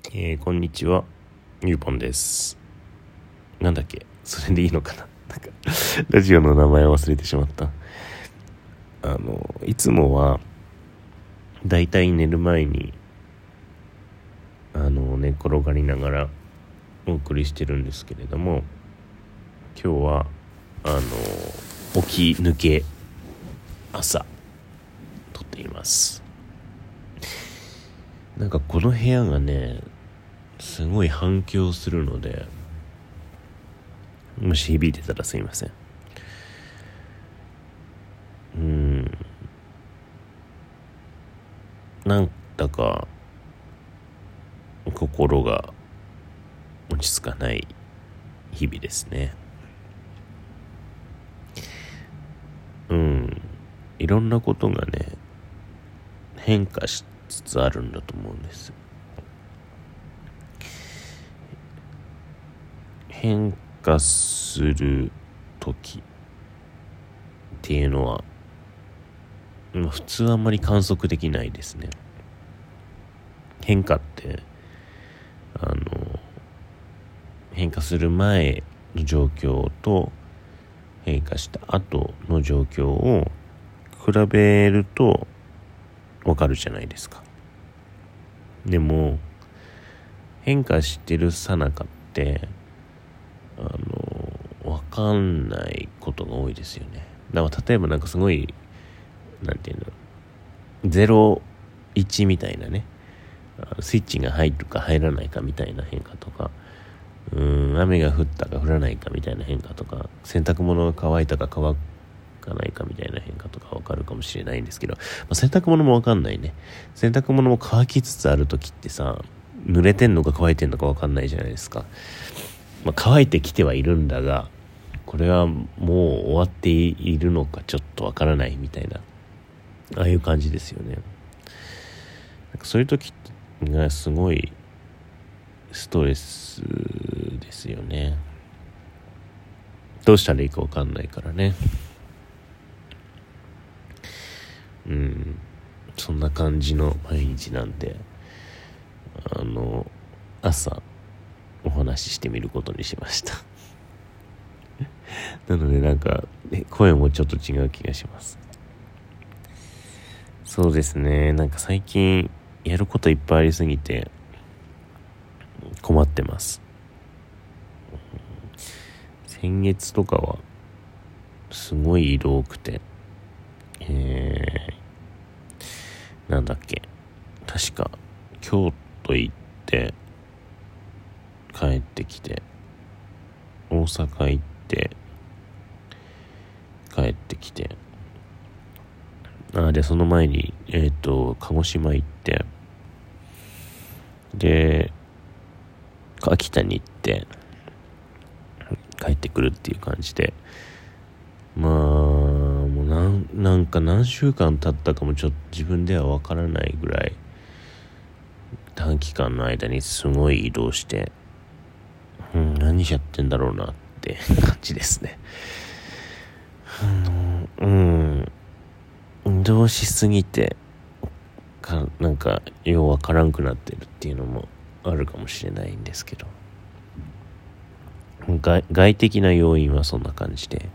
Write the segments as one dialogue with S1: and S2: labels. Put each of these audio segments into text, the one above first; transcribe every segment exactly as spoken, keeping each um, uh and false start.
S1: えー、こんにちは、ゆうぽんです。なんだっけ、それでいいのかな。なんかラジオの名前を忘れてしまった。あのいつもはだいたい寝る前にあの寝転がりながらお送りしてるんですけれども、今日はあの起き抜け朝撮っています。なんかこの部屋がねすごい反響するので、もし響いてたらすいません。うーんなんだか心が落ち着かない日々ですね。うんいろんなことがね変化しつつあるんだと思うんです。変化する時っていうのは普通はあんまり観測できないですね。変化ってあの変化する前の状況と変化した後の状況を比べるとわかるじゃないですか。でも変化してるさなかってあのわかんないことが多いですよね。だから例えばなんかすごいなんていうのゼロいちみたいなね、スイッチが入るか入らないかみたいな変化とか、うーん雨が降ったか降らないかみたいな変化とか、洗濯物が乾いたか乾かないかみたいな変化とか分かるかもしれないんですけど、まあ、洗濯物も分かんないね。洗濯物も乾きつつある時ってさ、濡れてんのか乾いてんのか分かんないじゃないですか。まあ、乾いてきてはいるんだが、これはもう終わっているのかちょっと分からないみたいな、ああいう感じですよね。なんかそういう時がすごいストレスですよね。どうしたらいいか分かんないからね。うんそんな感じの毎日なんで、あの朝お話ししてみることにしましたなのでなんか声もちょっと違う気がします。そうですね、なんか最近やることいっぱいありすぎて困ってます。先月とかはすごい移動多くて、えー、なんだっけ確か京都行って帰ってきて、大阪行って帰ってきて、あでその前にえっと鹿児島行って、で秋田に行って帰ってくるっていう感じで、まあもうなんなんか何週間経ったかもちょっと自分ではわからないぐらい短期間の間にすごい移動して、うん、何しちゃってんだろうなって感じですね。あのうん移動しすぎてかなんかようわからんくなってるっていうのもあるかもしれないんですけど、外, 外的な要因はそんな感じで、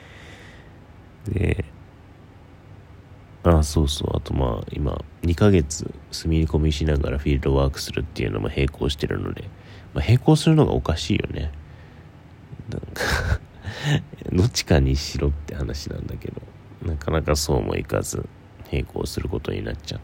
S1: であそうそうあとまあ今にかげつ住み込みしながらフィールドワークするっていうのも並行してるので、まあ、並行するのがおかしいよね。なんかどっちかにしろって話なんだけど、なかなかそうもいかず並行することになっちゃって、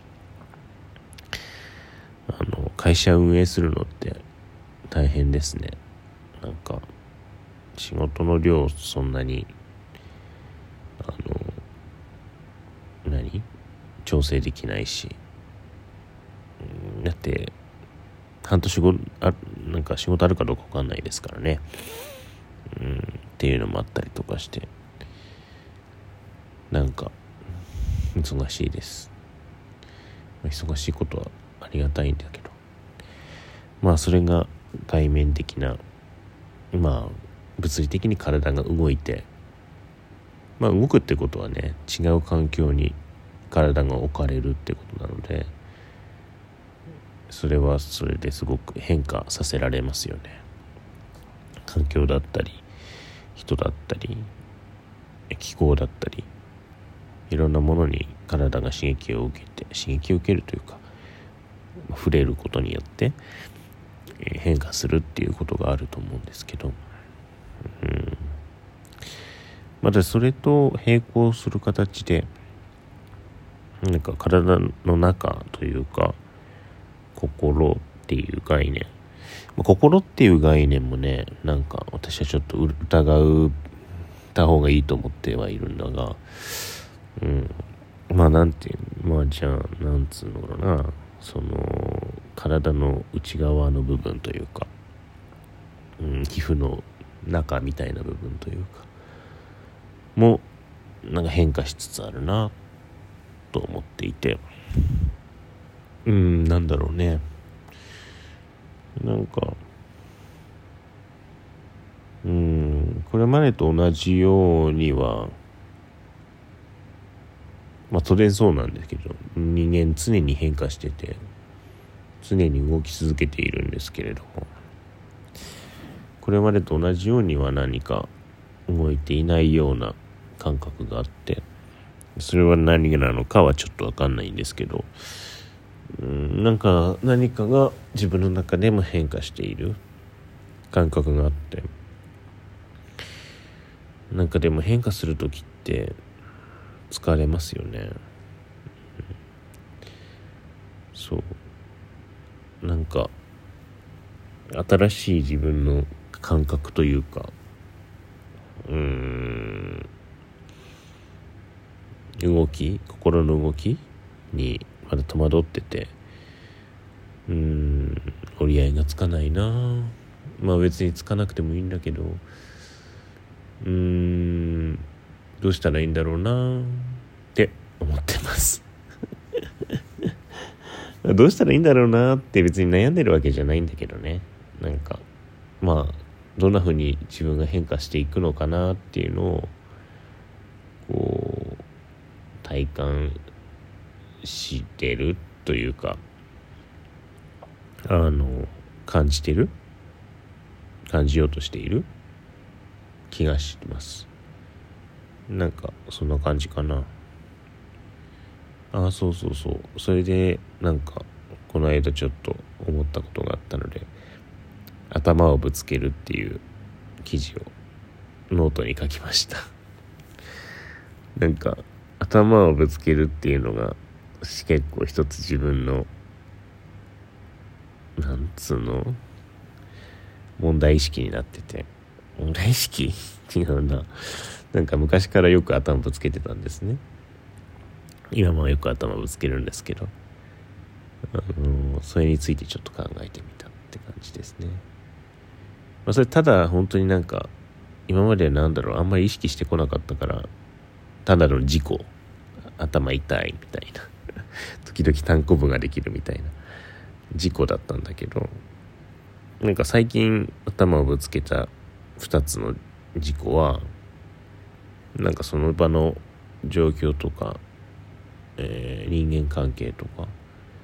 S1: あの会社運営するのって大変ですね。なんか仕事の量そんなにあの何調整できないし、だって半年後あなんか仕事あるかどうか分かんないですからね、うん、っていうのもあったりとかして、なんか忙しいです。忙しいことはありがたいんだけど、まあそれが外面的な、まあ物理的に体が動いて、まあ動くってことはね違う環境に体が置かれるってことなので、 それはそれですごく変化させられますよね。環境だったり人だったり気候だったり、いろんなものに体が刺激を受けて刺激を受けるというか、触れることによって変化するっていうことがあると思うんですけど、うん、またそれと並行する形でなんか体の中というか心っていう概念、まあ、心っていう概念もね、なんか私はちょっと疑うた方がいいと思ってはいるんだが、うん、まあなんていうまあじゃあなんつうのかな、その体の内側の部分というか、うん、皮膚の中みたいな部分というかもなんか変化しつつあるなと思っていて、うんなんだろうね、なんかうんこれまでと同じようにはまあ当然そうなんですけど、人間常に変化してて常に動き続けているんですけれども、これまでと同じようには何か動いていないような感覚があって、それは何なのかはちょっと分かんないんですけど、うんなんか何かが自分の中でも変化している感覚があって、なんかでも変化するときって疲れますよね、うん、そうなんか新しい自分の感覚というか、うーん動き心の動きにまだ戸惑ってて、うーん折り合いがつかないな。まあ別につかなくてもいいんだけど、うーんどうしたらいいんだろうなって思ってますどうしたらいいんだろうなって別に悩んでるわけじゃないんだけどね、なんかまあどんな風に自分が変化していくのかなっていうのをこう体感してるというか、あの感じてる感じようとしている気がします。なんかそんな感じかな。ああそうそうそう、それでなんかこの間ちょっと思ったことがあったので、頭をぶつけるっていう記事をノートに書きましたなんか頭をぶつけるっていうのが結構一つ自分のなんつうの問題意識になってて、問題意識違うな、なんか昔からよく頭ぶつけてたんですね。今もよく頭ぶつけるんですけど、あのそれについてちょっと考えてみたって感じですね。まあ、それただ本当になんか今までなんだろうあんまり意識してこなかったからただの事故、頭痛いみたいな時々単行部ができるみたいな事故だったんだけど、なんか最近頭をぶつけたふたつの事故はなんかその場の状況とか、えー、人間関係とか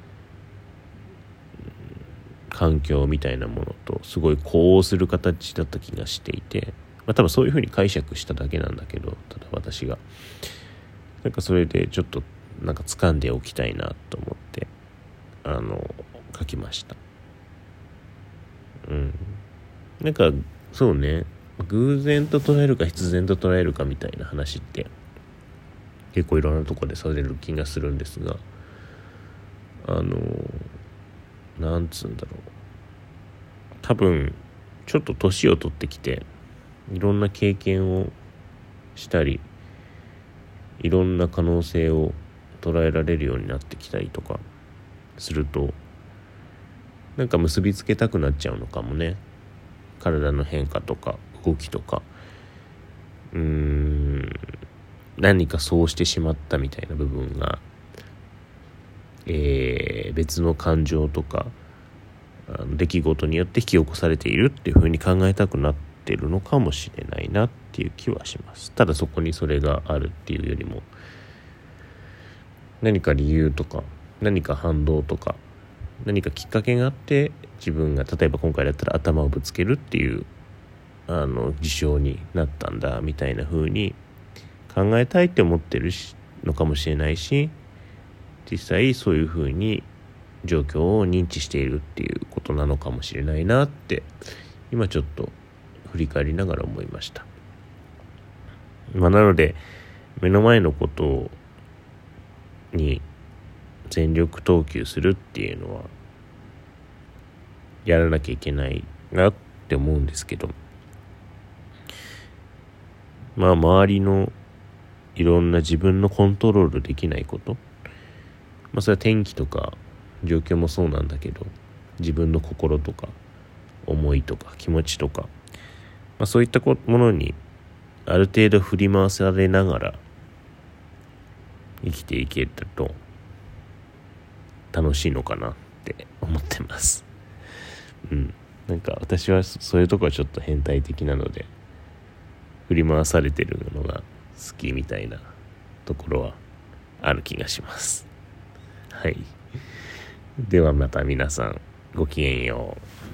S1: 環境みたいなものとすごい呼応する形だった気がしていて、まあ、多分そういう風に解釈しただけなんだけど、ただ私がなんかそれでちょっとなんか掴んでおきたいなと思ってあの書きました。うんなんかそうね、偶然と捉えるか必然と捉えるかみたいな話って結構いろんなところでされる気がするんですが、あのなんつうんだろう、多分ちょっと年を取ってきていろんな経験をしたりいろんな可能性を捉えられるようになってきたりとかするとなんか結びつけたくなっちゃうのかもね。体の変化とか動きとかうーん何かそうしてしまったみたいな部分が、えー、別の感情とかあの出来事によって引き起こされているっていう風に考えたくなってるのかもしれないなっていう気はします。ただそこにそれがあるっていうよりも何か理由とか何か反動とか何かきっかけがあって自分が例えば今回だったら頭をぶつけるっていうあの事象になったんだみたいな風に考えたいって思ってるのかもしれないし、実際そういう風に状況を認知しているっていうことなのかもしれないなって今ちょっと振り返りながら思いました。まあ、なので目の前のことに全力投球するっていうのはやらなきゃいけないなって思うんですけど、まあ周りのいろんな自分のコントロールできないこと、まあそれは天気とか状況もそうなんだけど、自分の心とか思いとか気持ちとか、まあそういったものにある程度振り回されながら生きていけると楽しいのかなって思ってます。うん。なんか私はそういうとこはちょっと変態的なので、振り回されてるのが好きみたいなところはある気がします。はい。ではまた皆さんごきげんよう。